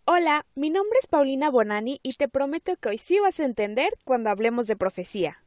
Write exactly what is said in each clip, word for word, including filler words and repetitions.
Hola, mi nombre es Paulina Bonani y te prometo que hoy sí vas a entender cuando hablemos de profecía.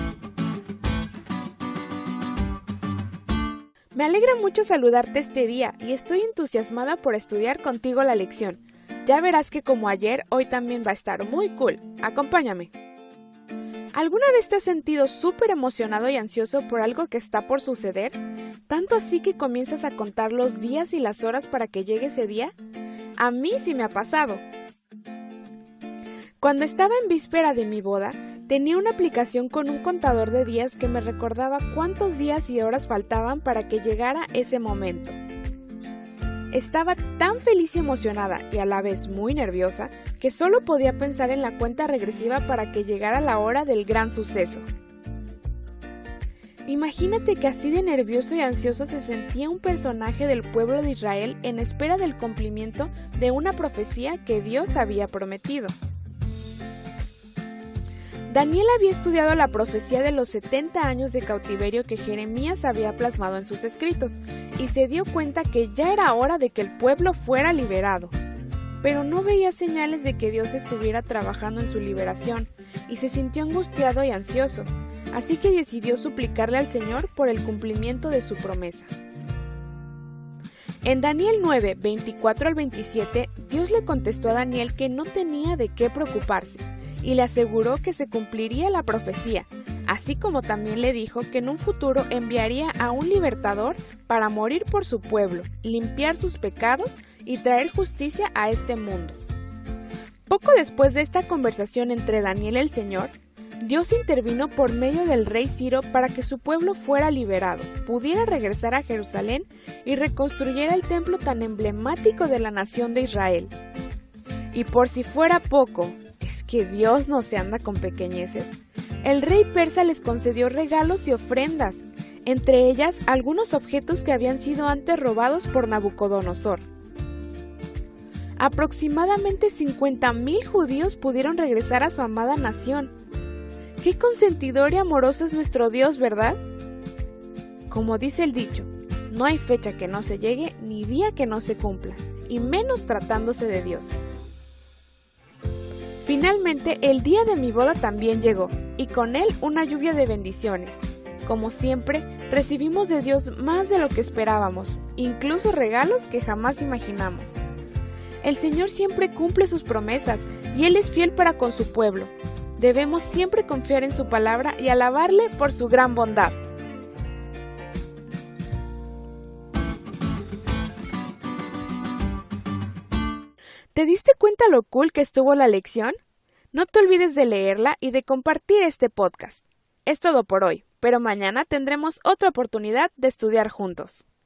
Me alegra mucho saludarte este día y estoy entusiasmada por estudiar contigo la lección. Ya verás que como ayer, hoy también va a estar muy cool. Acompáñame. ¿Alguna vez te has sentido súper emocionado y ansioso por algo que está por suceder? ¿Tanto así que comienzas a contar los días y las horas para que llegue ese día? A mí sí me ha pasado. Cuando estaba en víspera de mi boda, tenía una aplicación con un contador de días que me recordaba cuántos días y horas faltaban para que llegara ese momento. Estaba tan feliz y emocionada y a la vez muy nerviosa que solo podía pensar en la cuenta regresiva para que llegara la hora del gran suceso. Imagínate que así de nervioso y ansioso se sentía un personaje del pueblo de Israel en espera del cumplimiento de una profecía que Dios había prometido. Daniel había estudiado la profecía de los setenta años de cautiverio que Jeremías había plasmado en sus escritos y se dio cuenta que ya era hora de que el pueblo fuera liberado. Pero no veía señales de que Dios estuviera trabajando en su liberación y se sintió angustiado y ansioso. Así que decidió suplicarle al Señor por el cumplimiento de su promesa. En Daniel nueve, veinticuatro al veintisiete, Dios le contestó a Daniel que no tenía de qué preocuparse y le aseguró que se cumpliría la profecía, así como también le dijo que en un futuro enviaría a un libertador para morir por su pueblo, limpiar sus pecados y traer justicia a este mundo. Poco después de esta conversación entre Daniel y el Señor, Dios intervino por medio del rey Ciro para que su pueblo fuera liberado, pudiera regresar a Jerusalén y reconstruyera el templo tan emblemático de la nación de Israel. Y por si fuera poco, es que Dios no se anda con pequeñeces, el rey persa les concedió regalos y ofrendas, entre ellas algunos objetos que habían sido antes robados por Nabucodonosor. Aproximadamente cincuenta mil judíos pudieron regresar a su amada nación. ¡Qué consentidor y amoroso es nuestro Dios!, ¿verdad? Como dice el dicho, no hay fecha que no se llegue ni día que no se cumpla, y menos tratándose de Dios. Finalmente, el día de mi boda también llegó, y con él una lluvia de bendiciones. Como siempre, recibimos de Dios más de lo que esperábamos, incluso regalos que jamás imaginamos. El Señor siempre cumple sus promesas, y Él es fiel para con su pueblo. Debemos siempre confiar en su palabra y alabarle por su gran bondad. ¿Te diste cuenta lo cool que estuvo la lección? No te olvides de leerla y de compartir este podcast. Es todo por hoy, pero mañana tendremos otra oportunidad de estudiar juntos.